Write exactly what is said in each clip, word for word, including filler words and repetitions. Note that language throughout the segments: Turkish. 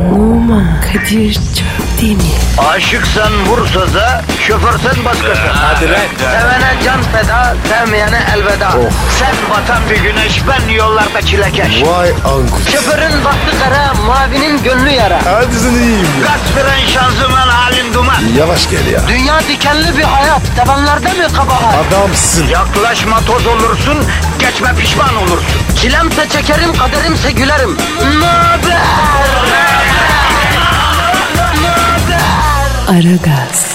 Numan Kadir Çöpdemir. Aşıksan vursa da, şoförsen başkasın. Hadi lan. Sevene can feda, sevmeyene elveda. Sen batan bir güneş, ben yollarda çilekeş. Vay anku. Şoförün baktı kara, mavinin gönlü yara. Hadi sen iyiyim ya. Kasperen şanzıman halin duman. Yavaş gel ya. Dünya dikenli bir hayat, sevenlerde mi kabahar? Adamsın. Yaklaşma toz olursun, geçme pişman olursun. Çilemse çekerim, kaderimse gülerim. Möber! Aragaz.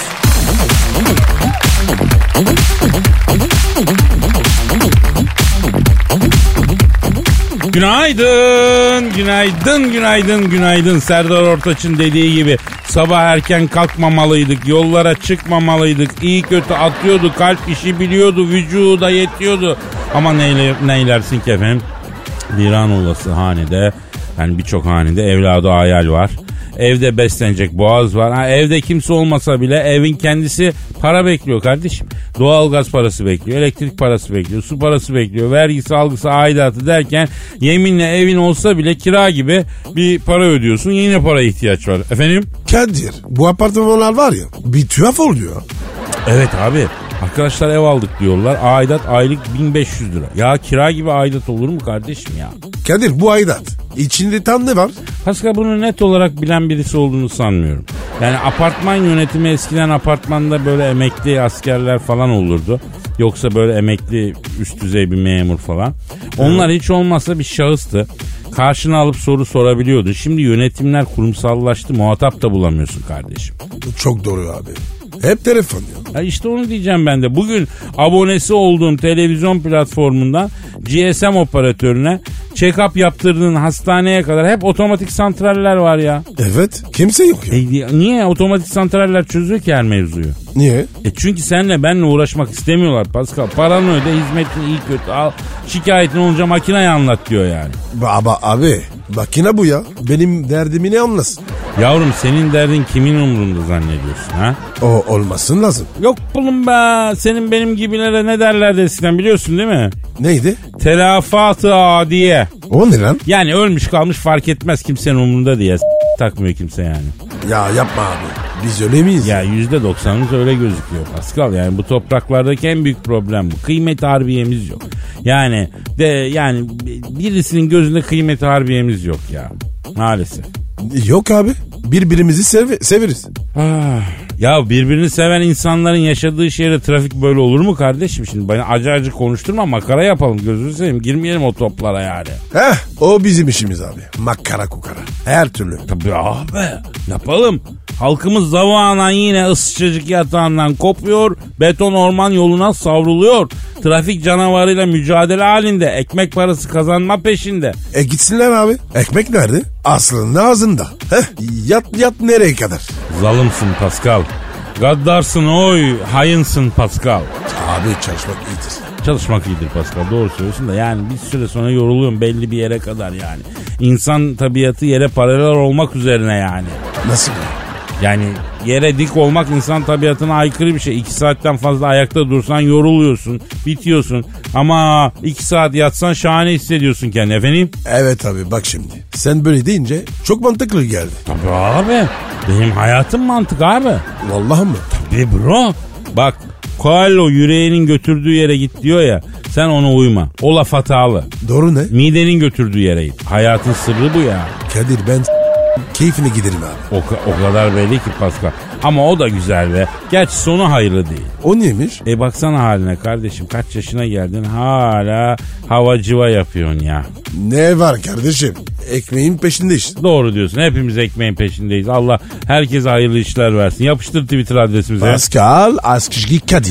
Günaydın, günaydın, günaydın, günaydın. Serdar Ortaç'ın dediği gibi sabah erken kalkmamalıydık, yollara çıkmamalıydık. İyi kötü atıyordu, kalp işi biliyordu, vücuda yetiyordu. Ama neyle, neylersin ki efendim? Viran olası hanede, yani birçok hanede evladı hayal var. Evde beslenecek boğaz var. Ha, evde kimse olmasa bile evin kendisi para bekliyor kardeşim. Doğalgaz parası bekliyor, elektrik parası bekliyor, su parası bekliyor, vergisi, algısı, aidatı derken yeminle evin olsa bile kira gibi bir para ödüyorsun. Yine para ihtiyaç var. Efendim? Kadir, bu apartmanlar var ya, bir tuhaf oluyor. Evet abi. Arkadaşlar ev aldık diyorlar. Aidat aylık bin beş yüz lira. Ya kira gibi aidat olur mu kardeşim ya? Kadir, bu aidat İçinde tam ne var? Pascal bunu net olarak bilen birisi olduğunu sanmıyorum. Yani apartman yönetimi eskiden apartmanda böyle emekli askerler falan olurdu. Yoksa böyle emekli üst düzey bir memur falan. Onlar hiç olmazsa bir şahıstı. Karşına alıp soru sorabiliyordu. Şimdi yönetimler kurumsallaştı. Muhatap da bulamıyorsun kardeşim. Çok doğru abi. Hep telefon ya. Ya işte onu diyeceğim ben de. Bugün abonesi olduğum televizyon platformundan G S M operatörüne check-up yaptırdığın hastaneye kadar hep otomatik santraller var ya. Evet. Kimse yok ya. E, niye? Otomatik santraller çözüyor ki her mevzuyu. Niye? E çünkü senle benle uğraşmak istemiyorlar Pascal. Paranı öde, hizmetini iyi kötü al. Şikayetin olunca makineye anlat diyor yani. Baba abi. Makine bu ya. Benim derdimi ne anlasın? Yavrum senin derdin kimin umurunda zannediyorsun ha? O olmasın lazım. Yok bulun be. Senin benim gibilere ne derlerdi eskiden biliyorsun değil mi? Neydi? Telafat-ı adiye. O ne lan? Yani ölmüş kalmış fark etmez kimsenin umurunda diye. S- takmıyor kimse yani. Ya yapma abi. Biz öyle miyiz? Ya yüzde doksanımız öyle gözüküyor Pascal. Yani bu topraklardaki en büyük problem bu. Kıymet harbiyemiz yok. Yani de yani birisinin gözünde kıymet harbiyemiz yok ya. Maalesef. Yok abi. Birbirimizi sev- severiz. Ah, ya birbirini seven insanların yaşadığı şehirde trafik böyle olur mu kardeşim? Şimdi bana acı acı konuşturma, makara yapalım, gözünü seveyim, girmeyelim o toplara yani. Heh, o bizim işimiz abi. Makara kukara. Her türlü. Tabii abi yapalım. Halkımız zamanla yine ısıtıcık yatağından kopuyor, beton orman yoluna savruluyor. Trafik canavarıyla mücadele halinde, ekmek parası kazanma peşinde. E gitsinler abi. Ekmek nerede? Aslında ağzında. Heh, yat yat nereye kadar? Zalımsın Pascal. Gaddarsın oy, hayınsın Pascal. Abi çalışmak iyidir. Çalışmak iyidir Pascal, doğru söylüyorsun da yani bir süre sonra yoruluyorum belli bir yere kadar yani. İnsan tabiatı yere paralel olmak üzerine yani. Nasıl? Yani yere dik olmak insan tabiatına aykırı bir şey. İki saatten fazla ayakta dursan yoruluyorsun, bitiyorsun. Ama iki saat yatsan şahane hissediyorsun kendini efendim. Evet abi bak şimdi. Sen böyle deyince çok mantıklı geldi. Tabii abi. Benim hayatım mantık abi. Vallahi mı? Tabii bro. Bak Coelho yüreğinin götürdüğü yere git diyor ya. Sen ona uyma. O laf hatalı. Doğru ne? Midenin götürdüğü yere git. Hayatın sırrı bu ya. Kadir ben keyfine giderim abi. O, o kadar belli ki Pascal. Ama o da güzel be. Gerçi sonu hayırlı değil. O neymiş? E baksana haline kardeşim. Kaç yaşına geldin hala havacıva yapıyorsun ya. Ne var kardeşim? Ekmeğin peşinde işte. Doğru diyorsun. Hepimiz ekmeğin peşindeyiz. Allah herkese hayırlı işler versin. Yapıştır Twitter adresimize. Pascal Askışgi Kadir.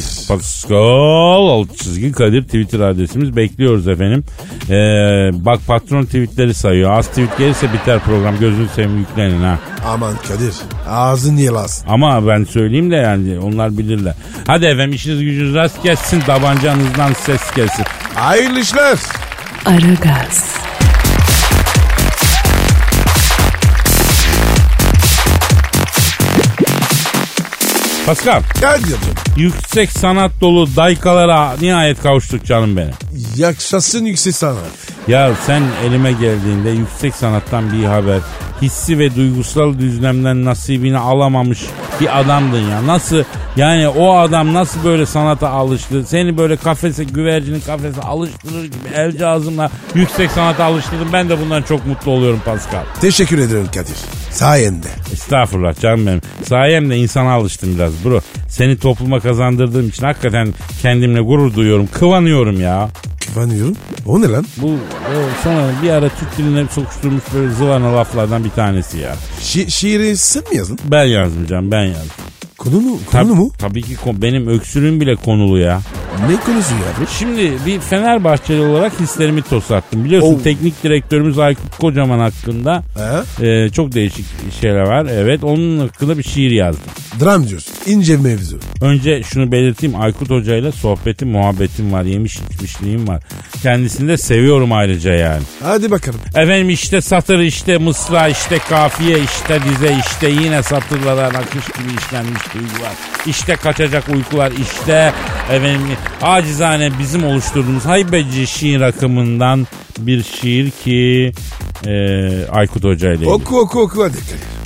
Pascal alt çizgi Kadir Twitter adresimiz. Bekliyoruz efendim. Ee, bak patron tweetleri sayıyor. Az tweet gelirse biter program. Gözünü seveyim yüklenin ha. Aman Kadir ağzın yalasın. Ama ben söyleyeyim de yani onlar bilirler. Hadi efendim işiniz gücünüz rast gelsin. Tabancanızdan ses gelsin. Hayırlı işler. Aragaz. Pascal. Gel canım. Yüksek sanat dolu daykalara nihayet kavuştuk canım benim. Yaşasın yüksek sanat. Ya sen elime geldiğinde yüksek sanattan bir haber hissi ve duygusal düzlemden nasibini alamamış bir adamdın ya. Nasıl yani o adam nasıl böyle sanata alıştı? Seni böyle kafese, güvercinin kafese alıştırır gibi el cihazımla yüksek sanata alıştırdım. Ben de bundan çok mutlu oluyorum Pascal. Teşekkür ederim Kadir. Sayende. Estağfurullah canım benim. Sayemde insana alıştım biraz bro. Seni topluma kazandırdığım için hakikaten kendimle gurur duyuyorum. Kıvanıyorum ya. Kıvanıyorum? O ne lan? Bu o, sonra bir ara Türk diline sokuşturmuş böyle zıvana laflardan bir tanesi ya. Şi- şiiri sen mi yazdın? Ben yazmayacağım, ben yazdım. Konu mu? Konu Tabii, mu? tabii ki benim öksürüğüm bile konulu ya. Ne konusu ya? Şimdi bir Fenerbahçeli olarak hislerimi tosattım. Biliyorsun Oh. teknik direktörümüz Aykut Kocaman hakkında e, çok değişik şeyler var. Evet, onun hakkında bir şiir yazdım. Dram diyorsun. İnce mevzu. Önce şunu belirteyim. Aykut Hoca ile sohbetim, muhabbetim var. Yemiş içmişliğim var. Kendisini de seviyorum ayrıca yani. Hadi bakalım. Efendim işte satır, işte mısra, işte kafiye, işte dize, işte yine satırlara nakış gibi işlenmiş duygular. İşte kaçacak uykular, işte efendim acizane bizim oluşturduğumuz haybeci şiir akımından bir şiir ki e, Aykut Hoca ile ilgili. Oku oku oku hadi.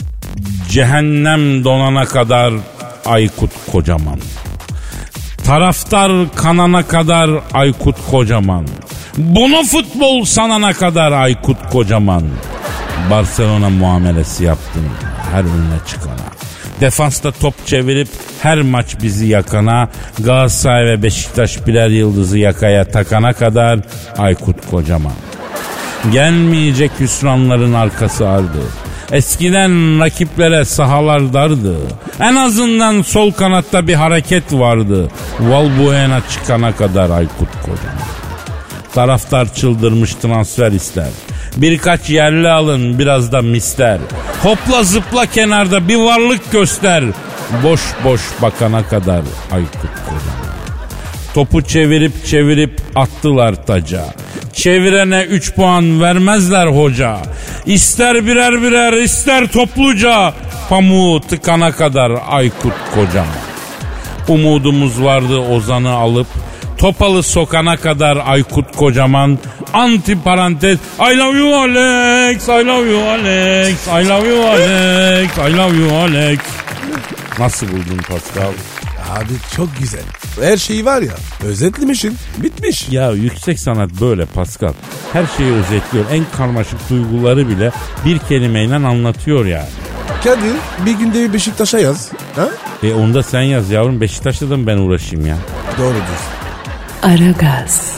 Cehennem donana kadar Aykut Kocaman. Taraftar kanana kadar Aykut Kocaman. Bunu futbol sanana kadar Aykut Kocaman. Barcelona muamelesi yaptın her önüne çıkana. Defansta top çevirip her maç bizi yakana, Galatasaray ve Beşiktaş birer yıldızı yakaya takana kadar Aykut Kocaman. Gelmeyecek hüsranların arkası ardı. Eskiden rakiplere sahalar dardı. En azından sol kanatta bir hareket vardı. Valbuena çıkana kadar Aykut Kocaman. Taraftar çıldırmış, transfer ister. Birkaç yerli alın, biraz da mister. Hopla zıpla kenarda bir varlık göster. Boş boş bakana kadar Aykut Kocaman. Topu çevirip çevirip attılar taca. Çevirene üç puan vermezler hoca. İster birer birer ister topluca. Pamuğu tıkana kadar Aykut Kocaman. Umudumuz vardı Ozan'ı alıp Topalı sokana kadar Aykut Kocaman. Anti parantez I love you Alex, I love you Alex, I love you Alex, I love you Alex. Nasıl buldun Pascal? Abi çok güzel. Her şey var ya, özetlemişsin, bitmiş. Ya yüksek sanat böyle Pascal. Her şeyi özetliyor. En karmaşık duyguları bile bir kelimeyle anlatıyor yani. Kadir bir günde bir Beşiktaş'a yaz. Ha? E onu da sen yaz yavrum. Beşiktaş'ta da mı ben uğraşayım ya? Doğru diyorsun. Aragaz.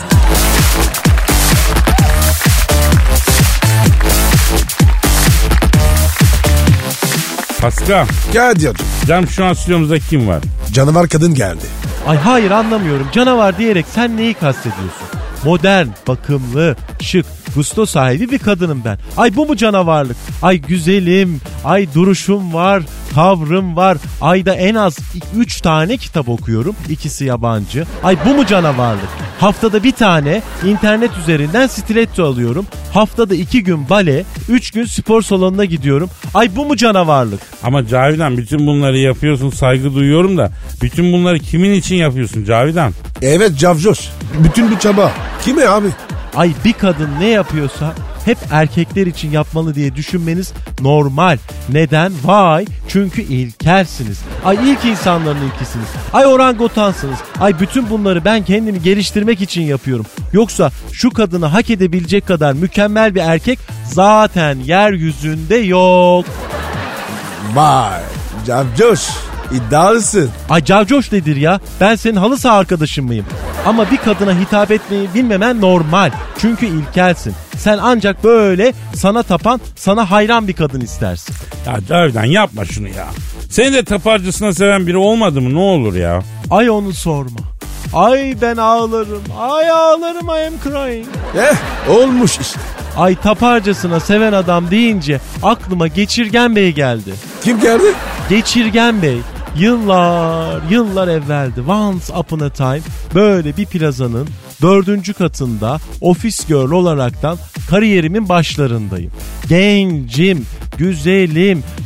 Pascal. Kadir. Canım şu an stüdyomuzda kim var? Canavar kadın geldi. Ay hayır anlamıyorum. Canavar diyerek sen neyi kastediyorsun? Modern, bakımlı, şık, gusto sahibi bir kadınım ben. Ay bu mu canavarlık? Ay güzelim, ay duruşum var, tavrım var. Ayda en az üç tane kitap okuyorum. İkisi yabancı. Ay bu mu canavarlık? Haftada bir tane internet üzerinden stiletto alıyorum. Haftada iki gün bale, üç gün spor salonuna gidiyorum. Ay bu mu canavarlık? Ama Cavidan bütün bunları yapıyorsun, saygı duyuyorum da bütün bunları kimin için yapıyorsun Cavidan? Evet Cavcoş. Bütün bu çaba. Kime abi? Ay bir kadın ne yapıyorsa hep erkekler için yapmalı diye düşünmeniz normal. Neden? Vay çünkü ilkelsiniz. Ay ilk insanların ilkisiniz. Ay orangotansınız. Ay bütün bunları ben kendimi geliştirmek için yapıyorum. Yoksa şu kadını hak edebilecek kadar mükemmel bir erkek zaten yeryüzünde yok. Vay Cavcoş. İddialısın. Ay cavcoş nedir ya? Ben senin halı saha arkadaşın mıyım? Ama bir kadına hitap etmeyi bilmemen normal. Çünkü ilkelsin. Sen ancak böyle sana tapan, sana hayran bir kadın istersin. Ya Cavidan yapma şunu ya. Seni de taparcısına seven biri olmadı mı ne olur ya? Ay onu sorma. Ay ben ağlarım. Ay ağlarım I am crying. Eh olmuş işte. Ay taparcasına seven adam deyince aklıma Geçirgen Bey geldi. Kim geldi? Geçirgen Bey yıllar yıllar evveldi. Once upon a time böyle bir plazanın dördüncü katında ofis girl olaraktan kariyerimin başlarındayım. Gencim, güzelim,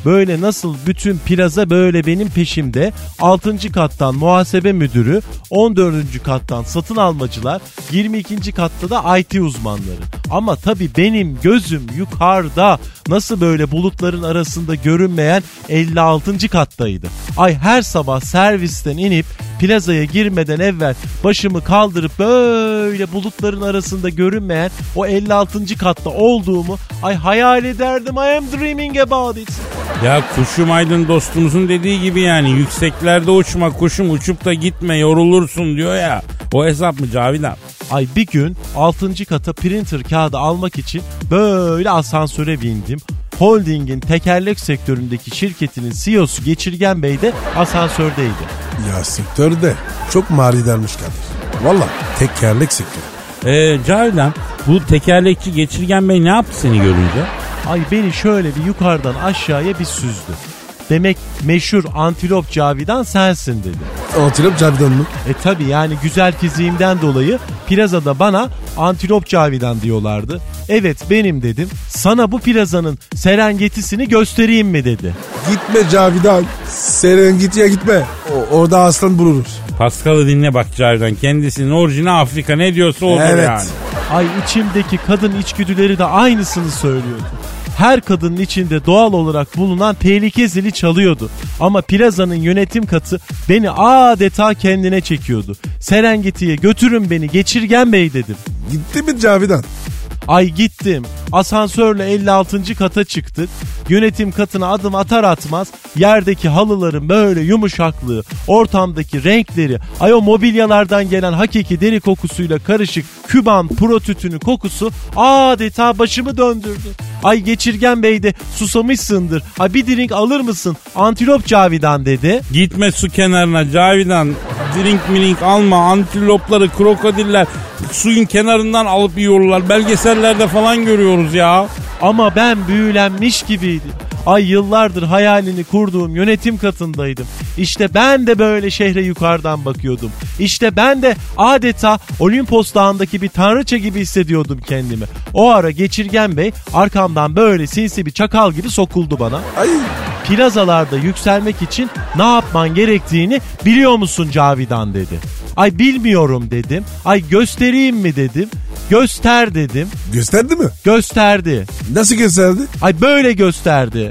Böyle nasıl bütün plaza böyle benim peşimde. altıncı kattan muhasebe müdürü, on dördüncü kattan satın almacılar, yirmi ikinci katta da I T uzmanları. Ama tabii benim gözüm yukarıda, nasıl böyle bulutların arasında görünmeyen elli altıncı kattaydı. Ay her sabah servisten inip plazaya girmeden evvel başımı kaldırıp böyle bulutların arasında görünmeyen o elli altıncı katta olduğumu ay hayal ederdim. I am dreaming about it. Ya Kuşum Aydın dostumuzun dediği gibi yani yükseklerde uçma kuşum, uçup da gitme yorulursun diyor ya. O hesap mı Cavidan? Ay bir gün altıncı kata printer kağıdı almak için böyle asansöre bindim. Holding'in tekerlek sektöründeki şirketinin C E O'su Geçirgen Bey de asansördeydi. Ya sektörde çok maridarmış Kadir. Valla tekerlek sektörü. Ee, Cavidan bu tekerlekçi Geçirgen Bey ne yaptı seni görünce? Ay beni şöyle bir yukarıdan aşağıya bir süzdü. Demek meşhur Antilop Cavidan sensin dedi. Antilop Cavidan mı? E tabi yani güzel fiziğimden dolayı plazada bana Antilop Cavidan diyorlardı. Evet benim dedim. Sana bu plazanın Serengeti'sini göstereyim mi dedi. Gitme Cavidan. Serengeti'ye gitme. O, orada aslan buluruz. Paskal'ı dinle bak Cavidan. Kendisinin orijini Afrika, ne diyorsa olur evet. yani. Ay içimdeki kadın içgüdüleri de aynısını söylüyordu. Her kadının içinde doğal olarak bulunan tehlike zili çalıyordu. Ama plazanın yönetim katı beni adeta kendine çekiyordu. Serengeti'ye götürün beni Geçirgen Bey dedim. Gitti mi Cavidan? Ay gittim. Asansörle elli altıncı kata çıktık. Yönetim katına adım atar atmaz yerdeki halıların böyle yumuşaklığı, ortamdaki renkleri, ay o mobilyalardan gelen hakiki deri kokusuyla karışık Küban pro tütünü kokusu adeta başımı döndürdü. Ay Geçirgen Bey de susamışsındır. Ay bir drink alır mısın? Antilop Cavidan dedi. Gitme su kenarına Cavidan. Drink milink alma. Antilopları, krokodiller suyun kenarından alıp yiyorlar. Belgesellerde falan görüyoruz ya. Ama ben büyülenmiş gibiydim. Ay yıllardır hayalini kurduğum yönetim katındaydım. İşte ben de böyle şehre yukarıdan bakıyordum. İşte ben de adeta Olimpos Dağı'ndaki bir tanrıça gibi hissediyordum kendimi. O ara Geçirgen Bey arkamdan böyle sinsi bir çakal gibi sokuldu bana. Ay. Plazalarda yükselmek için ne yapman gerektiğini biliyor musun Cavidan dedi. Ay bilmiyorum dedim. Ay göstereyim mi dedim. Göster dedim. Gösterdi mi? Gösterdi. Nasıl gösterdi? Ay böyle gösterdi.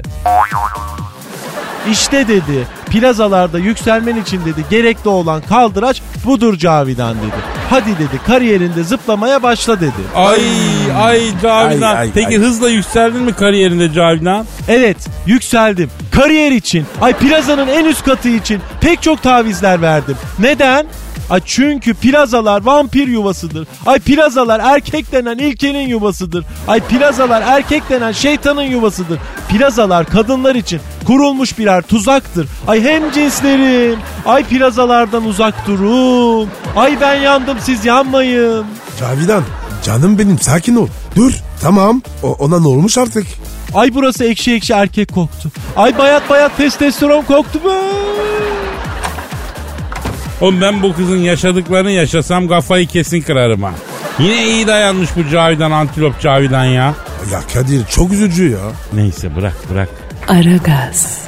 İşte dedi plazalarda yükselmen için dedi gerekli olan kaldıraç budur Cavidan dedi. Hadi dedi kariyerinde zıplamaya başla dedi. Ay ay Cavidan. Ay, ay, Peki ay. hızla yükseldin mi kariyerinde Cavidan? Evet yükseldim. Kariyer için, ay plazanın en üst katı için pek çok tavizler verdim. Neden? Ay çünkü plazalar vampir yuvasıdır. Ay plazalar erkek denen ilkenin yuvasıdır. Ay plazalar erkek denen şeytanın yuvasıdır. Plazalar kadınlar için kurulmuş birer tuzaktır. Ay hemcinslerim. Ay plazalardan uzak durun. Ay ben yandım siz yanmayın. Cavidan canım benim sakin ol. Dur tamam o, ona ne olmuş artık? Ay burası ekşi ekşi erkek koktu. Ay bayat bayat testosteron koktu be. Oğlum ben bu kızın yaşadıklarını yaşasam kafayı kesin kırarım ha. Yine iyi dayanmış bu Cavidan, Antilop Cavidan ya. Ya Kadir çok üzücü ya. Neyse bırak bırak. Aragaz.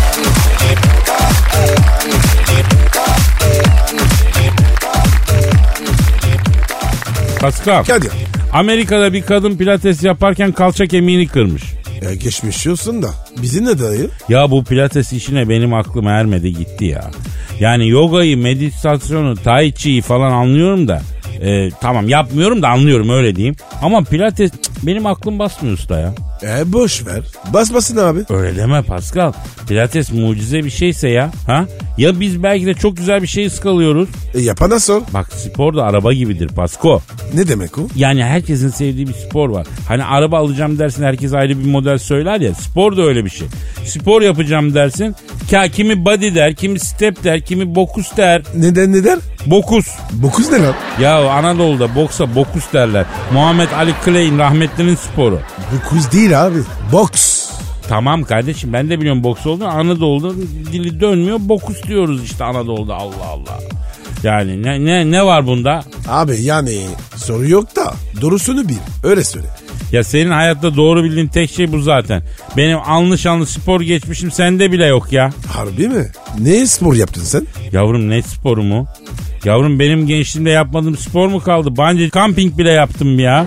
Pascal. Kadir. Amerika'da bir kadın pilates yaparken kalça kemiğini kırmış. Ya geçmiş olsun da bizi ne dayı? Ya bu pilates işine benim aklım ermedi gitti ya. Yani yogayı, meditasyonu, tai chi'yi falan anlıyorum da. E, tamam yapmıyorum da anlıyorum öyle diyeyim. Ama pilates cık, benim aklım basmıyor usta ya. E boş ver. Basmasın abi. Öyle deme Pascal. Pilates mucize bir şeyse ya. Ha? Ya biz belki de çok güzel bir şey ıskalıyoruz. E yapana sor. Bak spor da araba gibidir Pasko. Ne demek o? Yani herkesin sevdiği bir spor var. Hani araba alacağım dersin herkes ayrı bir model söyler ya. Spor da öyle bir şey. Spor yapacağım dersin. Ya kimi body der, kimi step der, kimi bokus der. Neden ne der? Bokus. Bokus ne lan? Ya Anadolu'da boksa bokus derler. Muhammed Ali Clay'in rahmetlinin sporu. Bokus değil abi. Boks. Tamam kardeşim ben de biliyorum boks olduğunu. Anadolu'da dili dönmüyor. Bokus diyoruz işte Anadolu'da Allah Allah. Yani ne ne ne var bunda? Abi yani soru yok da doğrusunu bil. Öyle söyle. Ya senin hayatta doğru bildiğin tek şey bu zaten. Benim anlı şanlı spor geçmişim sende bile yok ya. Harbi mi? Ne spor yaptın sen? Yavrum ne sporu mu? Yavrum benim gençliğimde yapmadığım spor mu kaldı? Bungee camping bile yaptım ya.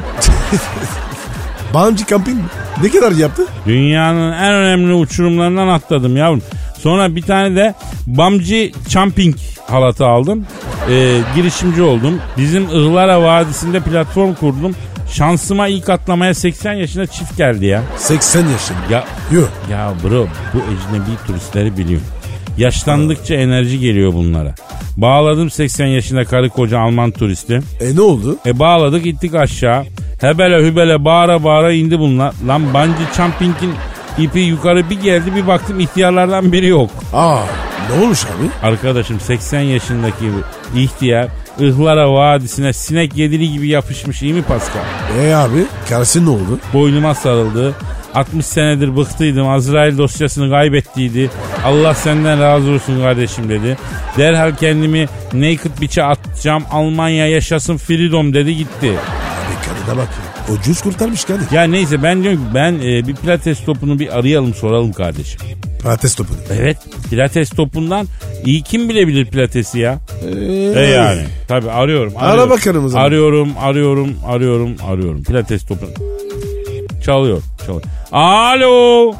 Bungee camping mi? Ne kadar yaptın? Dünyanın en önemli uçurumlarından atladım yavrum. Sonra bir tane de bungee jumping halatı aldım. Ee, girişimci oldum. Bizim Ihlara Vadisi'nde platform kurdum. Şansıma ilk atlamaya seksen yaşında çift geldi ya. seksen yaşında. Ya, Yok. ya bro bu ecnebi turistleri biliyorum. Yaşlandıkça enerji geliyor bunlara. Bağladım seksen yaşında karı koca Alman turisti. E ne oldu? E bağladık gittik aşağı. Hebele hübele bağıra bağıra indi bunlar. Lan bungee jumping'in ipi yukarı bir geldi bir baktım ihtiyarlardan biri yok. Aa ne olmuş abi? Arkadaşım seksen yaşındaki ihtiyar Ihlara Vadisi'ne sinek yedili gibi yapışmış, iyi mi Pascal? E abi karısı ne oldu? Boynuma sarıldı. altmış senedir bıktıydım. Azrail dosyasını kaybettiydi. Allah senden razı olsun kardeşim dedi. Derhal kendimi naked beach'e atacağım. Almanya yaşasın freedom dedi gitti. Abi kadına bak ya. Ucuz kurtarmış kadın. Ya neyse ben diyorum ki ben e, bir pilates topunu bir arayalım soralım kardeşim. Pilates topunu. Evet, pilates topundan iyi kim bilebilir pilatesi ya? Eee E yani tabii arıyorum. Ara arıyorum. bakalım o zaman. Arıyorum, arıyorum, arıyorum, arıyorum. Pilates topu. Çalıyor, çalıyor. Alo.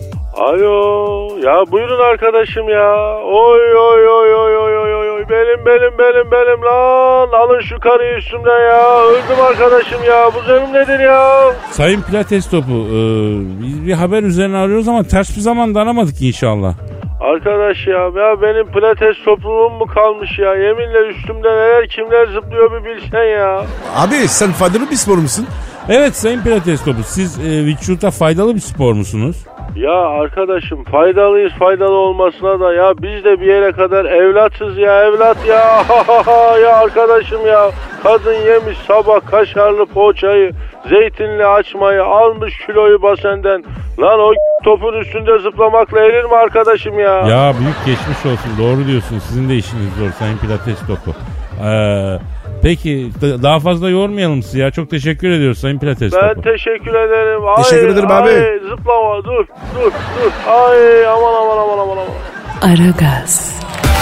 Alo. Ya buyurun arkadaşım ya. Oy oy oy oy oy oy oy. Benim benim benim benim lan. Alın şu karıyı üstümden ya. Öldüm arkadaşım ya. Bu zemin nedir ya? Sayın pilates topu, e, biz bir haber üzerine arıyoruz ama ters bir zamanda aramadık inşallah. Arkadaş ya, ya benim pilates topluluğum mu kalmış ya? Yeminle üstümde neler kimler zıplıyor bir bilsen ya. Abi sen faydalı bir spor musun? Evet sayın pilates topu, siz e, vücuta faydalı bir spor musunuz? Ya arkadaşım faydalıyız faydalı olmasına da ya biz de bir yere kadar evlatsız ya evlat ya. Ya arkadaşım ya kadın yemiş sabah kaşarlı poğaçayı, zeytinli açmayı, almış kiloyu basenden. Lan o topun üstünde zıplamakla erir mi arkadaşım ya? Ya büyük geçmiş olsun, doğru diyorsun, sizin de işiniz zor sayın pilates topu. Eee... Peki daha fazla yormayalım sizi ya. Çok teşekkür ediyoruz sayın pilates Ben topu. teşekkür ederim. Teşekkür ederim ay, abi. Zıplama dur dur dur. Ay aman aman aman aman aman. Aragaz.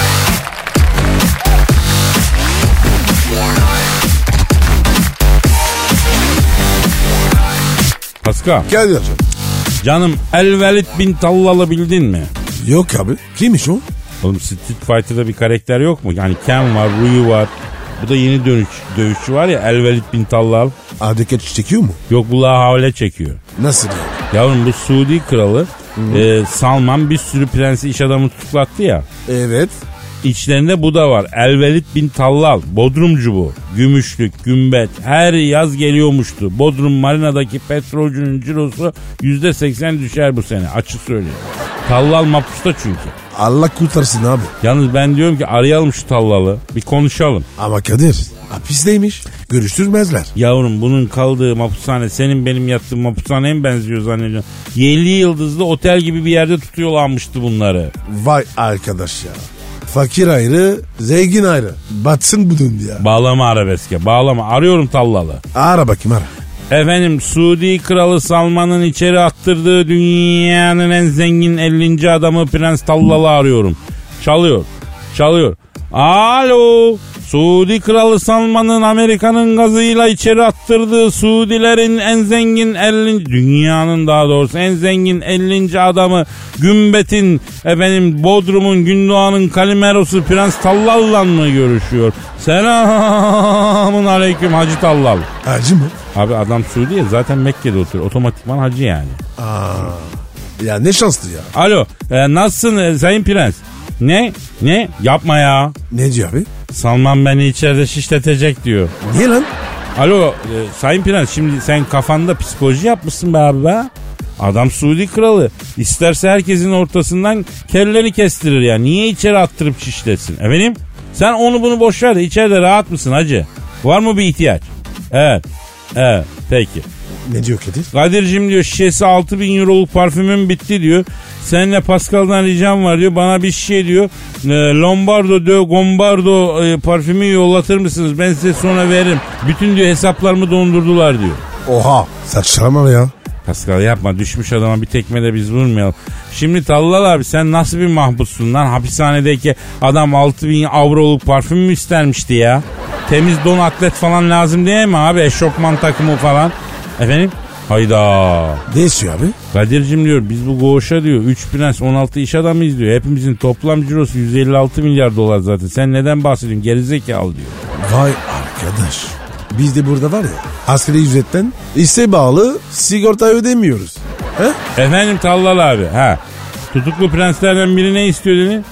Pascal. Gel hocam. Canım Elvelit bin Tallalı bildin mi? Yok abi. Kimmiş o? Oğlum Street Fighter'da bir karakter yok mu? Yani Ken var, Ryu var. Bu da yeni dönüş, dövüşçü var ya Elvelit bin Tallal. Adeket çekiyor mu? Yok bu havle çekiyor. Nasıl yani? Yavrum bu Suudi kralı e, Salman bir sürü prensi iş adamı tutuklattı ya. Evet. İçlerinde bu da var. Elvelit bin Tallal. Bodrumcu bu. Gümüşlük, gümbet. Her yaz geliyormuştu. Bodrum marinadaki petrolcünün cirosu yüzde seksen düşer bu sene. Açık söyleyeyim. Tallal mapusta çünkü. Allah kurtarsın abi. Yalnız ben diyorum ki arayalım şu Tallal'ı. Bir konuşalım. Ama Kadir hapisteymiş. Görüştürmezler. Yavrum bunun kaldığı mapushane senin benim yattığım mapushaneye mi benziyor zannediyorsun? yedi yıldızlı otel gibi bir yerde tutuyorlarmıştı bunları. Vay arkadaş ya. Fakir ayrı, zengin ayrı. Batsın bu dünya. Bağlama arabeske, bağlama. Arıyorum Tallal'ı. Ara bakayım ara. Efendim Suudi Kralı Salman'ın içeri attırdığı dünyanın en zengin ellinci adamı Prens Tallal'ı arıyorum. Çalıyor, çalıyor. Alo, Suudi Kralı Salman'ın Amerika'nın gazıyla içeri attırdığı Suudilerin en zengin ellinci, dünyanın daha doğrusu en zengin ellinci adamı Gümbet'in, efendim Bodrum'un, Gündoğan'ın Kalimerosu Prens Tallal'la mı görüşüyor? Selamun aleyküm Hacı Tallal. Hacı mı? Abi adam Suudi'ye zaten Mekke'de oturuyor. Otomatikman hacı yani. Aa, ya ne şanslı ya. Alo e, nasılsın e, Sayın Prens? Ne? Ne? Yapma ya. Ne diyor abi? Salman beni içeride şişletecek diyor. Niye lan? Alo e, Sayın Prens şimdi sen kafanda psikoloji yapmışsın be abi be. Adam Suudi kralı. İsterse herkesin ortasından kellerini kestirir ya. Niye içeri attırıp şişletsin? Efendim? Sen onu bunu boş ver de içeride rahat mısın hacı? Var mı bir ihtiyaç? Evet. Evet. Peki. Ne diyor Kadir? Kadir'cim diyor şişesi altı bin euroluk parfümüm bitti diyor. Seninle Pascal'dan ricam var diyor. Bana bir şişe diyor. E, Lombardo de Gombardo e, parfümü yollatır mısınız? Ben size sonra veririm. Bütün diyor hesaplarımı dondurdular diyor. Oha saçmalama ya. Pascal yapma, düşmüş adama bir tekme de biz vurmayalım. Şimdi Tallal abi sen nasıl bir mahpussun lan? Hapishanedeki adam altı bin avroluk parfüm mü istermişti ya? Temiz don atlet falan lazım değil mi abi? Eşofman takımı falan. Efendim? Hayda. Ne istiyor abi? Kadir'cim diyor biz bu koğuşa diyor üç prens on altı iş adamıyız diyor. Hepimizin toplam cirosu yüz elli altı milyar dolar zaten. Sen neden bahsediyorsun? Gerizekalı diyor. Vay arkadaş. Biz de burada var ya asgari ücretten işe bağlı sigorta ödemiyoruz. He? Efendim Tallal abi. Ha. Tutuklu prenslerden biri ne istiyor dedi?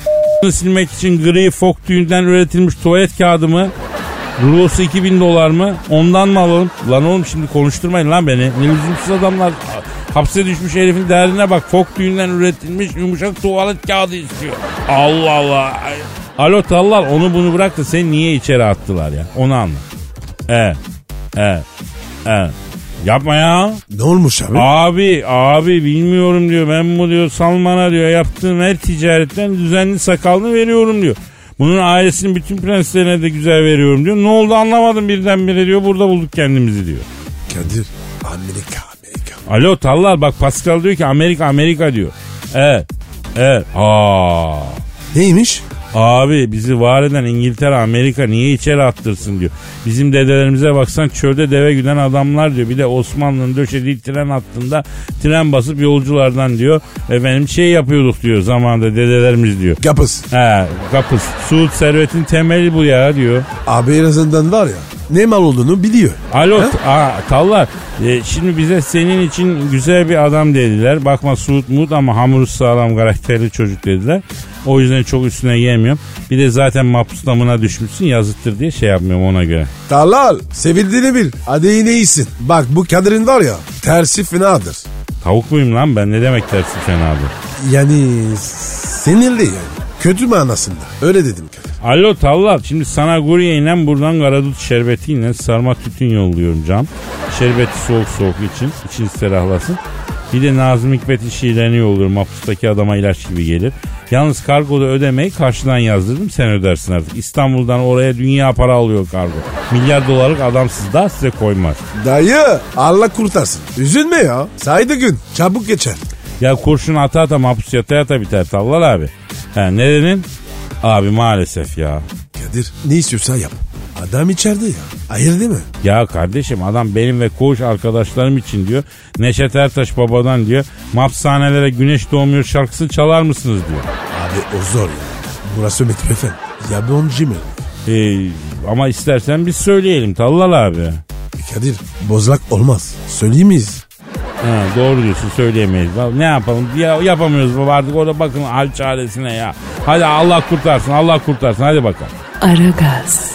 Silmek için gri fok tüyünden üretilmiş tuvalet kağıdı mı? Rulosu iki bin dolar mı? Ondan mı alalım? Lan oğlum şimdi konuşturmayın lan beni. Ne lüzumsuz adamlar. Hapse düşmüş herifin derdine bak. Fok tüyünden üretilmiş yumuşak tuvalet kağıdı istiyor. Allah Allah. Alo Tallal onu bunu bırak da seni niye içeri attılar ya? Onu anla. Evet. Evet. Evet. Yapma ya. Ne olmuş abi? Abi abi bilmiyorum diyor. Ben bu diyor Salman'a diyor yaptığım her ticaretten düzenli sakalını veriyorum diyor. Bunun ailesinin bütün prenslerine de güzel veriyorum diyor. Ne oldu anlamadım birdenbire diyor. Burada bulduk kendimizi diyor. Kadir Amerika Amerika. Alo Tallal bak Pascal diyor ki Amerika Amerika diyor. Evet. Evet. Aa. Neymiş? Abi bizi var eden İngiltere Amerika niye içeri attırsın diyor. Bizim dedelerimize baksan çölde deve güden adamlar diyor. Bir de Osmanlı'nın döşediği tren hattında tren basıp yolculardan diyor. Efendim şey yapıyorduk diyor zamanında dedelerimiz diyor. Kapıs. He kapıs. Suud servetin temeli bu ya diyor. Abi en azından var ya ne mal olduğunu biliyor. Alo aa, Tallar e, şimdi bize senin için güzel bir adam dediler. Bakma Suud Mut ama hamuru sağlam karakterli çocuk dediler. O yüzden çok üstüne yemiyorum. Bir de zaten mahpus damına düşmüşsün yazıktır diye şey yapmıyorum ona göre. Talal sevildiğini bil. Hadi yine iyisin. Bak bu Kadir'in var ya tersi fenadır. Tavuk muyum lan ben ne demek tersi fenadır? Yani sinirli yani. Kötü manasında. Öyle dedim Kadir. Alo Tallar şimdi sana Guriye'yle buradan karadut şerbetiyle sarma tütün yolluyorum cam. Şerbeti soğuk soğuk için. İçin ferahlasın. Bir de Nazım Hikmet işiğlerini yolluyorum. Mahpustaki adama ilaç gibi gelir. Yalnız kargoda ödemeyi karşıdan yazdırdım. Sen ödersin artık. İstanbul'dan oraya dünya para alıyor kargo. Milyar dolarlık adamsız da size koymaz. Dayı Allah kurtarsın. Üzülme ya. Saydı gün. Çabuk geçer. Ya kurşun ata ata mahpus yata yata biter Tallar abi. He, ne dedin? Abi maalesef ya. Kadir ne istiyorsa yap. Adam içeride ya. Hayır değil mi? Ya kardeşim adam benim ve koğuş arkadaşlarım için diyor. Neşet Ertaş babadan diyor. Mapshanelere güneş doğmuyor şarkısını çalar mısınız diyor. Abi o zor ya. Burası Metro F M. Yabancı mı? Ee, ama istersen biz söyleyelim Tallal abi. Kadir bozlak olmaz. Söyleyeyim miyiz? Ha, doğru diyorsun söyleyemeyiz. Ne yapalım ya, yapamıyoruz bu artık orada bakın hal çaresine ya. Hadi Allah kurtarsın Allah kurtarsın hadi bakalım. Aragaz.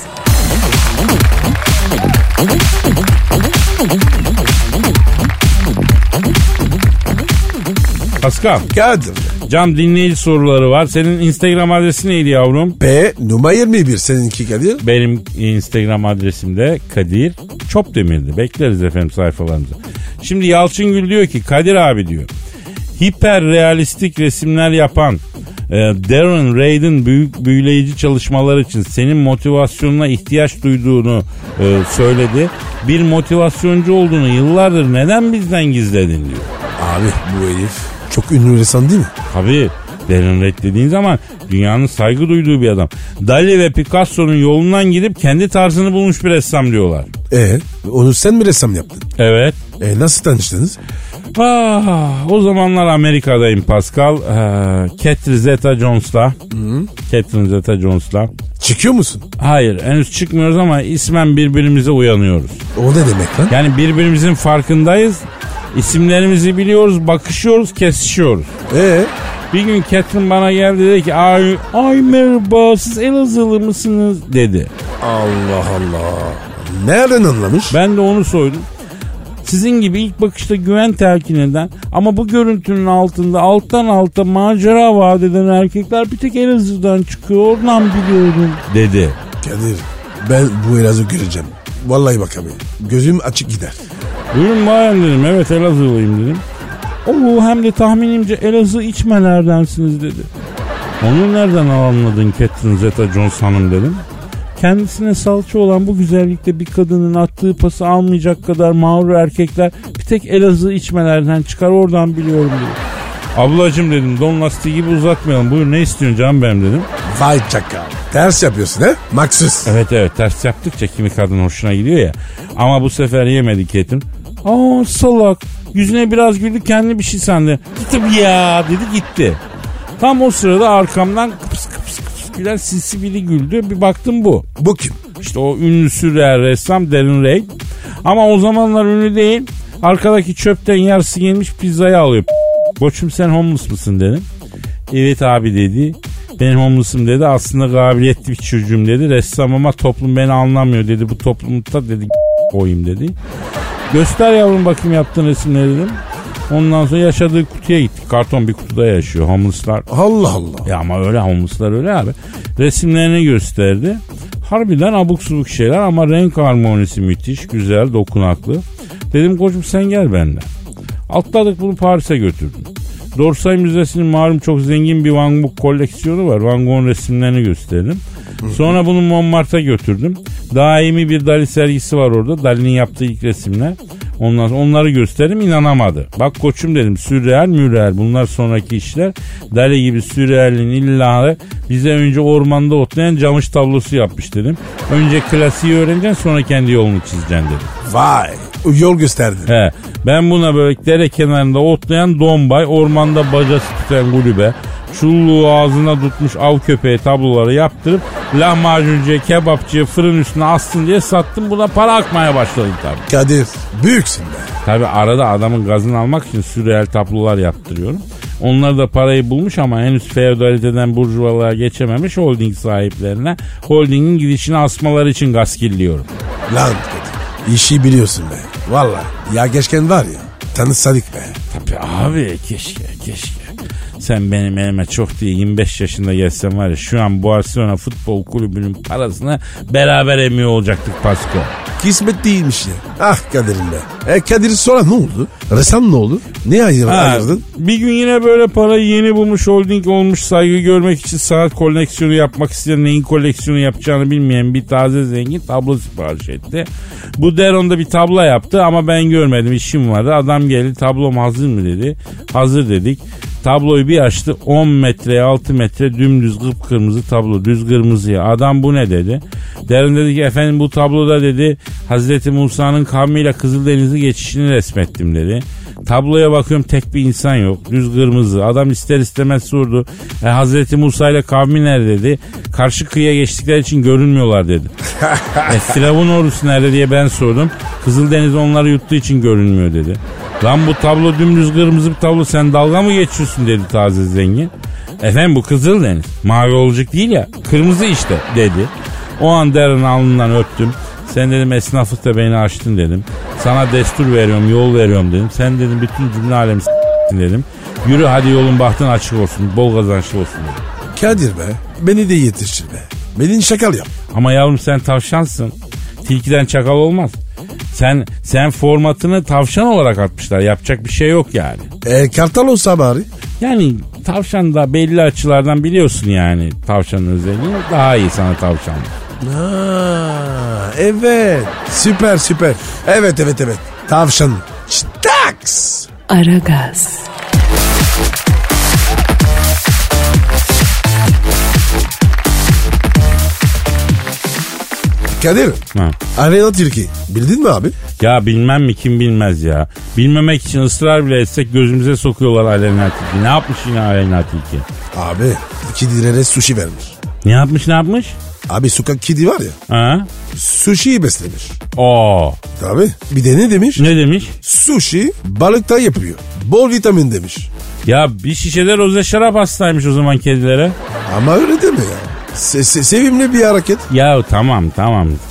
Pascal. Kadir. Cam dinleyici soruları var. Senin Instagram adresi neydi yavrum? P numara yirmi bir seninki Kadir. Benim Instagram adresim de Kadir Çopdemir'di. Bekleriz efendim sayfalarımıza. Şimdi Yalçın Gül diyor ki Kadir abi diyor. Hiper realistik resimler yapan e, Darren Raid'in büyük büyüleyici çalışmalar için senin motivasyonuna ihtiyaç duyduğunu e, söyledi. Bir motivasyoncu olduğunu yıllardır neden bizden gizledin diyor. Abi bu herif çok ünlü ressam değil mi? Tabii. Darren Raid dediğin zaman dünyanın saygı duyduğu bir adam. Dali ve Picasso'nun yolundan gidip kendi tarzını bulmuş bir ressam diyorlar. E onu sen mi ressam yaptın? Evet. E nasıl tanıştınız? Ah, o zamanlar Amerika'dayım Pascal. Ee, Catherine Zeta-Jones'la. Catherine Zeta-Jones'la. Çıkıyor musun? Hayır henüz çıkmıyoruz ama ismen birbirimize uyanıyoruz. O ne demek lan? Yani birbirimizin farkındayız. İsimlerimizi biliyoruz, bakışıyoruz, kesişiyoruz. Ee? Bir gün Catherine bana geldi dedi ki ay, ay merhaba siz Elazığlı mısınız dedi. Allah Allah. Nereden anlamış? Ben de onu sordum. Sizin gibi ilk bakışta güven telkin eden ama bu görüntünün altında alttan alta macera vaat eden erkekler bir tek Elazığ'dan çıkıyor oradan biliyorum dedi. Kadir ben bu Elazığ göreceğim. Vallahi bakamıyorum. Gözüm açık gider. Buyurun bayan dedim evet Elazığlıyım dedim. Oo hem de tahminimce Elazığ içmelerdensiniz dedi. Onu nereden anladın Catherine Zeta-Jones hanım dedim. Kendisine salça olan bu güzellikte bir kadının attığı pası almayacak kadar mağrur erkekler bir tek Elazığ içmelerden çıkar, oradan biliyorum diyor. Ablacım dedim, don lastiği gibi uzatmayalım. Buyur, ne istiyorsun canım benim dedim. Vay çakal. Ters yapıyorsun he? Maksız. Evet evet, ters yaptıkça kimi kadın hoşuna gidiyor ya. Ama bu sefer yemedi Ketin. Aa salak. Yüzüne biraz güldü, kendi bir şey sandı. Gittim ya dedi, gitti. Tam o sırada arkamdan kıpıs kıpıs kıpıs gülen sinsi biri güldü. Bir baktım bu. Bu kim? İşte o ünlü sürreal ressam Darren Ray. Ama o zamanlar ünlü değil. Arkadaki çöpten yarısı yenmiş pizzayı alıyor. Koçum sen homeless mısın dedim. Evet abi dedi. Ben homeless'ım dedi. Aslında kabiliyetli bir çocuğum dedi. Ressam ama toplum beni anlamıyor dedi. Bu toplumda dedi koyayım dedi. Göster yavrum bakayım yaptığın resimleri dedim. Ondan sonra yaşadığı kutuya gittik. Karton bir kutuda yaşıyor homeless'lar. Allah Allah. Ya ama öyle homeless'lar öyle abi. Resimlerini gösterdi. Harbiden abuk subuk şeyler ama renk harmonisi müthiş, güzel, dokunaklı. Dedim koçum sen gel benden. Atladık, bunu Paris'e götürdüm. Dorsay Müzesi'nin malum çok zengin bir Van Gogh koleksiyonu var. Van Gogh'un resimlerini gösterdim. Sonra bunu Montmartre'a götürdüm. Daimi bir Dali sergisi var orada. Dali'nin yaptığı ilk resimler. Ondan sonra onları gösterdim, inanamadı. Bak koçum dedim, sürreal mürreal bunlar sonraki işler. Dali gibi sürrealin illahı bize önce ormanda otlayan camış tablosu yapmış dedim. Önce klasiği öğreneceksin, sonra kendi yolunu çizeceksin dedim. Vay. Yol gösterdin. He, ben buna böyle dere kenarında otlayan dombay, ormanda bacası tutan gulübe, çulluğu ağzına tutmuş av köpeği tabloları yaptırıp lahmacuncuya, kebapçıya fırın üstüne astın diye sattım. Buna para akmaya başladım tabii. Kadir büyüksün be. Tabii arada adamın gazını almak için sürreal tablolar yaptırıyorum. Onlar da parayı bulmuş ama henüz feodaliteden burjuvalığa geçememiş holding sahiplerine holdingin gidişini asmaları için gaskilliyorum. Lan Kadir, işi biliyorsun be. Vallahi ya geçken var ya, tanışsadık be. Tabii abi, keşke keşke. Sen benim elime çok değil yirmi beş yaşında gelsen var ya, şu an Barcelona Futbol Kulübü'nün parasını beraber emiyor olacaktık Pasko. Kismet değilmiş ya. Ah Kadir'im be. E Kadir sonra ne oldu? Ressam ne oldu? Ne ayır, ayırdın? Bir gün yine böyle parayı yeni bulmuş, holding olmuş, saygı görmek için saat koleksiyonu yapmak isteyen, neyin koleksiyonu yapacağını bilmeyen bir taze zengin tablo sipariş etti. Bu Deron'da bir tablo yaptı ama ben görmedim, işim vardı. Adam geldi, tablom hazır mı dedi. Hazır dedik. Tabloyu bir açtı, on metreye altı metre dümdüz kıpkırmızı tablo, düz kırmızıya. Adam bu ne dedi. Derin dedi ki efendim bu tabloda dedi Hazreti Musa'nın kavmiyle Kızıldeniz'i geçişini resmettim dedi. Tabloya bakıyorum tek bir insan yok, düz kırmızı. Adam ister istemez sordu. E, Hazreti Musa ile kavmi nerede dedi. Karşı kıyıya geçtikleri için görünmüyorlar dedi. e, Firavun ordusu nerede diye ben sordum. Kızıldeniz onları yuttuğu için görünmüyor dedi. Lan bu tablo dümdüz kırmızı bir tablo, sen dalga mı geçiyorsun dedi taze zengin. Efendim bu Kızıldeniz, mavi olacak değil ya, kırmızı işte dedi. O an Darren'ın alnından öptüm. Sen dedim esnaflıkta beni açtın dedim. Sana destur veriyorum, yol veriyorum dedim. Sen dedim bütün cümle alemi s**tin dedim. Yürü hadi, yolun bahtın açık olsun, bol kazançlı olsun dedim. Kadir be, beni de yetiştir be. Beni şakal yap. Ama yavrum sen tavşansın. Tilkiden çakal olmaz. Sen sen formatını tavşan olarak atmışlar. Yapacak bir şey yok yani. E kartal olsa bari. Yani tavşan da belli açılardan biliyorsun yani tavşanın özelliğini. Daha iyi sana tavşan. Ha, evet. Süper süper. Evet evet evet. Tavşan. Staks. Aragaz. Kadir. Ha. Arena Tilki. Bildin mi abi? Ya bilmem mi, kim bilmez ya. Bilmemek için ısrar bile etsek gözümüze sokuyorlar Aleyna Tilki. Ne yapmış yine Aleyna Tilki? Abi iki liraya sushi vermiş. Ne yapmış ne yapmış? Abi sokak kedi var ya. Ha? Sushi'yi beslemiş. Aa. Tabii. Bir de ne demiş? Ne demiş? Sushi balıktan yapılıyor. Bol vitamin demiş. Ya bir şişede roze şarap hastaymış o zaman kedilere. Ama öyle deme ya. Se- se- sevimli bir hareket. Ya tamam tamam.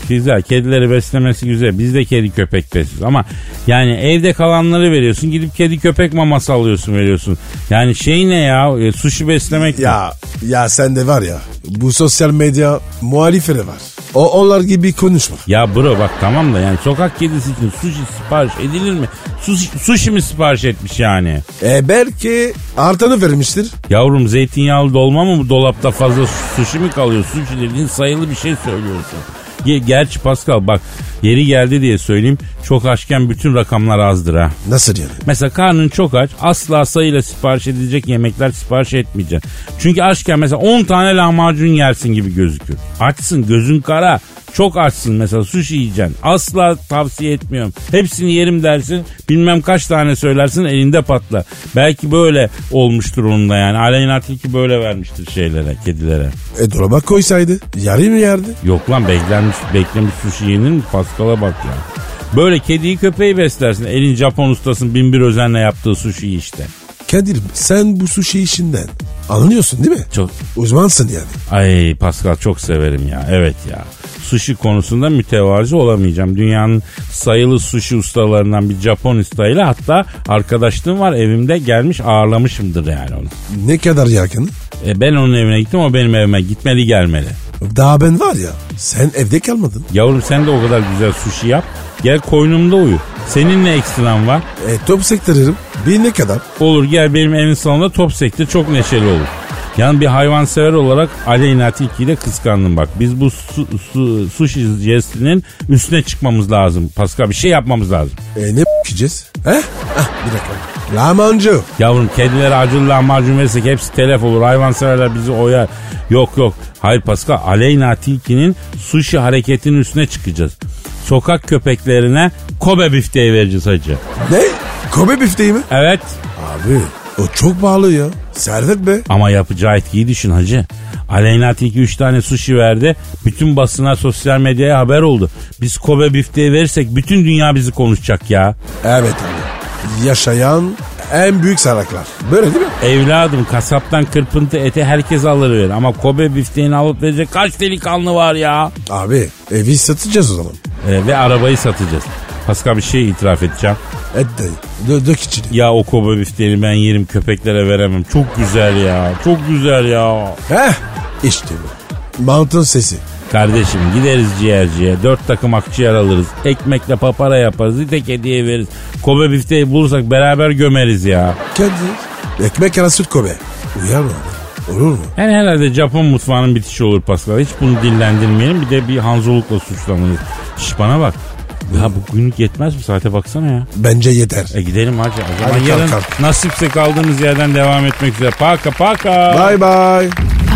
güzel. Kedileri beslemesi güzel. Biz de kedi köpek besliyoruz ama yani evde kalanları veriyorsun. Gidip kedi köpek maması alıyorsun veriyorsun. Yani şey ne ya? E, sushi beslemek mi? Ya ya sen de var ya bu sosyal medya muhalifleri var. O onlar gibi konuşma. Ya bro bak tamam da yani sokak kedisi için sushi sipariş edilir mi? Sushi, sushi mi sipariş etmiş yani? E belki artanı vermiştir. Yavrum zeytinyağlı dolma mı bu dolapta fazla sushi mi kalıyor? Sushi dediğin sayılı bir şey söylüyorsun. Gerçi Pascal bak yeri geldi diye söyleyeyim çok açken bütün rakamlar azdır ha. Nasıl yani? Mesela karnın çok aç asla sayıyla sipariş edilecek yemekler sipariş etmeyeceksin. Çünkü açken mesela on tane lahmacun yersin gibi gözükür. Açsın gözün kara. Çok açsın mesela sushi yiyeceksin. Asla tavsiye etmiyorum. Hepsini yerim dersin. Bilmem kaç tane söylersin elinde patla. Belki böyle olmuştur onun da yani. Aleyna Tilki böyle vermiştir şeylere, kedilere. E dolaba koysaydı yarı mı yerdi? Yok lan beklenmiş, beklemiş sushi yenir mi? Pascal'a bak ya. Böyle kediyi köpeği beslersin. Elin Japon ustasının bin bir özenle yaptığı sushi işte. Kadir sen bu sushi işinden anlıyorsun değil mi? Çok. Uzmansın yani. Ay Pascal çok severim ya. Evet ya. Sushi konusunda mütevazi olamayacağım. Dünyanın sayılı sushi ustalarından bir Japon ustayla hatta arkadaşlığım var evimde gelmiş ağırlamışımdır yani onu. Ne kadar yakın? E ben onun evine gittim o benim evime gitmeli gelmeli. Daha ben var ya sen evde kalmadın. Yavrum sen de o kadar güzel sushi yap. Gel koynumda uyu. Senin ne ekstran var? E top sektörüm. Bir ne kadar? Olur gel benim evin salonunda top sektir çok neşeli olur. Yani bir hayvansever olarak Aleyna Tilki'yi de kıskandım bak. Biz bu su, su, sushi jestinin üstüne çıkmamız lazım. Pascal bir şey yapmamız lazım. E ne yiyeceğiz? He? Ah bir dakika. Lahmacun. Yavrum kedilere acılı lahmacun verirsek hepsi telef olur. Hayvanseverler bizi oyar. Yok yok. Hayır Pascal Aleyna Tilki'nin sushi hareketinin üstüne çıkacağız. Sokak köpeklerine Kobe bifteği vereceğiz hacı. Ne? Kobe bifteği mi? Evet. Abi o çok pahalı ya. Servet be. Ama yapacağı etkiyi düşün hacı. Aleyna Tilki üç tane sushi verdi. Bütün basına sosyal medyaya haber oldu. Biz Kobe bifteği verirsek bütün dünya bizi konuşacak ya. Evet abi. Yaşayan en büyük salaklar. Böyle değil mi? Evladım kasaptan kırpıntı eti herkes alıverir. Ama Kobe bifteğini alıp verecek kaç delikanlı var ya. Abi evi satacağız o zaman. Ee, ve arabayı satacağız. Pascal bir şey itiraf edeceğim. Et dayı. Dö dök içine. Ya o Kobe bifteğini ben yerim köpeklere veremem. Çok güzel ya. Çok güzel ya. Heh işte bu. Mantın sesi. Kardeşim gideriz ciğerciye. Dört takım akciğer alırız. Ekmekle papara yaparız. Bir tek hediye veririz. Kobe bifteği bulursak beraber gömeriz ya. Kadir. Ekmek arası süt Kobe. Uyar mı? Olur mu? Yani herhalde Japon mutfağının bitişi olur Pascal. Hiç bunu dillendirmeyelim. Bir de bir hanzolukla suçlanırız. Şş bana bak. Ya bu günlük yetmez mi? Saate baksana ya. Bence yeter. E gidelim hacı. O zaman Hadi yarın kalk, kalk. nasipse kaldığımız yerden devam etmek üzere. Paka paka. Bye bye.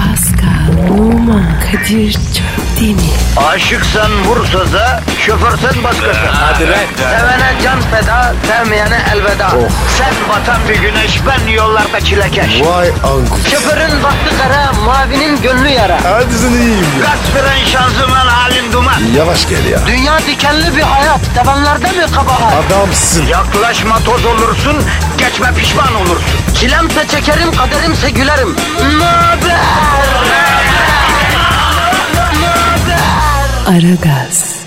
Pascal, Oman, Kadir çok değil mi? Aşıksan vursa da, şoförsen başkasın. Hadi lan. Sevene can feda, sevmeyene elveda. Sen batan bir güneş, ben yollarda çilekeş. Vay anku. Şoförün baktı kara, mavinin gönlü yara. Hadi sen iyiyim ya. Kasperen şanzıman halin duman. Yavaş gel ya. Dünya dikenli bir hayat, sevenlerde mi kabahar? Adamsın. Yaklaşma toz olursun, geçme pişman olursun. Çilemse çekerim, kaderimse gülerim. Möber! Aragaz.